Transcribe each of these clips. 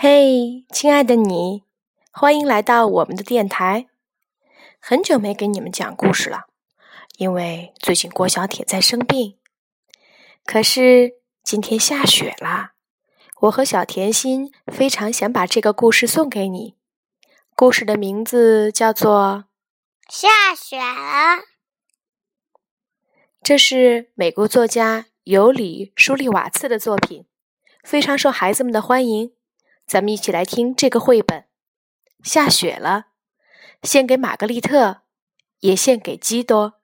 嘿，亲爱的你，欢迎来到我们的电台。很久没给你们讲故事了，因为最近郭小铁在生病。可是今天下雪了，我和小甜心非常想把这个故事送给你。故事的名字叫做《 下雪了》。 这是美国作家尤里·舒利瓦茨的作品，非常受孩子们的欢迎。咱们一起来听这个绘本。下雪了，献给玛格丽特，也献给基多。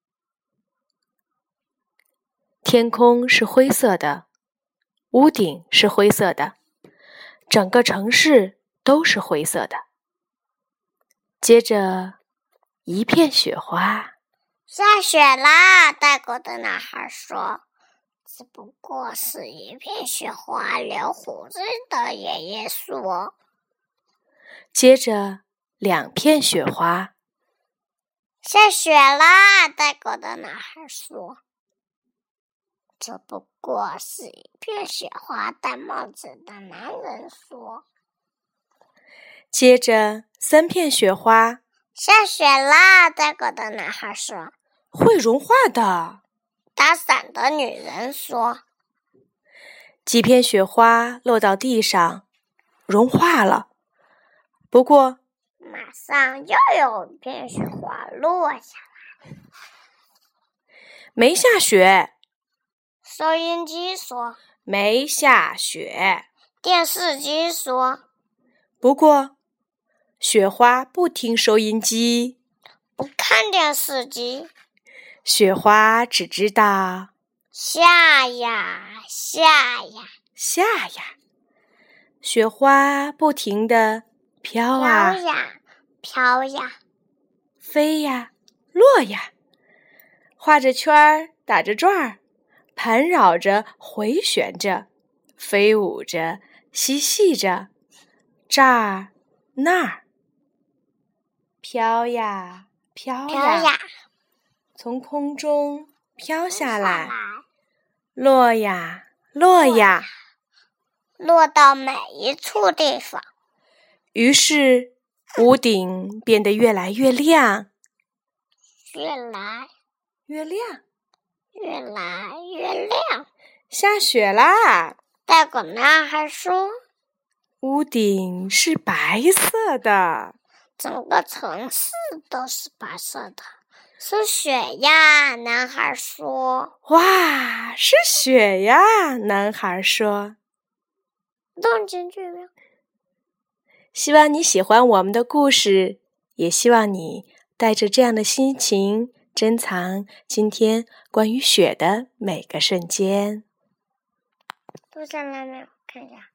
天空是灰色的，屋顶是灰色的，整个城市都是灰色的。接着，一片雪花。 下雪啦！带狗的男孩说。只不过是一片雪花，留胡子的爷爷说。 接着2片雪花。 下雪啦！带狗的男孩说。这不过是一片雪花，戴帽子的男人说。 接着3片雪花。 下雪啦！带狗的男孩说。 会融化的。 打伞的女人说。 几片雪花落到地上，融化了。不过， 马上又有一片雪花落下来。 没下雪。 收音机说。 没下雪。 电视机说。 不过，雪花不听收音机， 不看电视机。 雪花只知道下呀下呀下呀，雪花不停地飘啊飘呀飘呀， 飞呀落呀，画着圈儿，打着转儿，盘绕着，回旋着，飞舞着，嬉戏着，这儿那儿，飘呀飘呀，从空中飘下来，落呀落呀， 落到每一处地方。 于是屋顶变得越来越亮， 越来越亮， 越来越亮。 下雪啦！ 带狗男孩说。 屋顶是白色的， 整个城市都是白色的。是雪呀，男孩说。 哇，是雪呀，男孩说。 动静巨妙。 希望你喜欢我们的故事，也希望你带着这样的心情珍藏今天关于雪的每个瞬间。 录下来没有？看一下。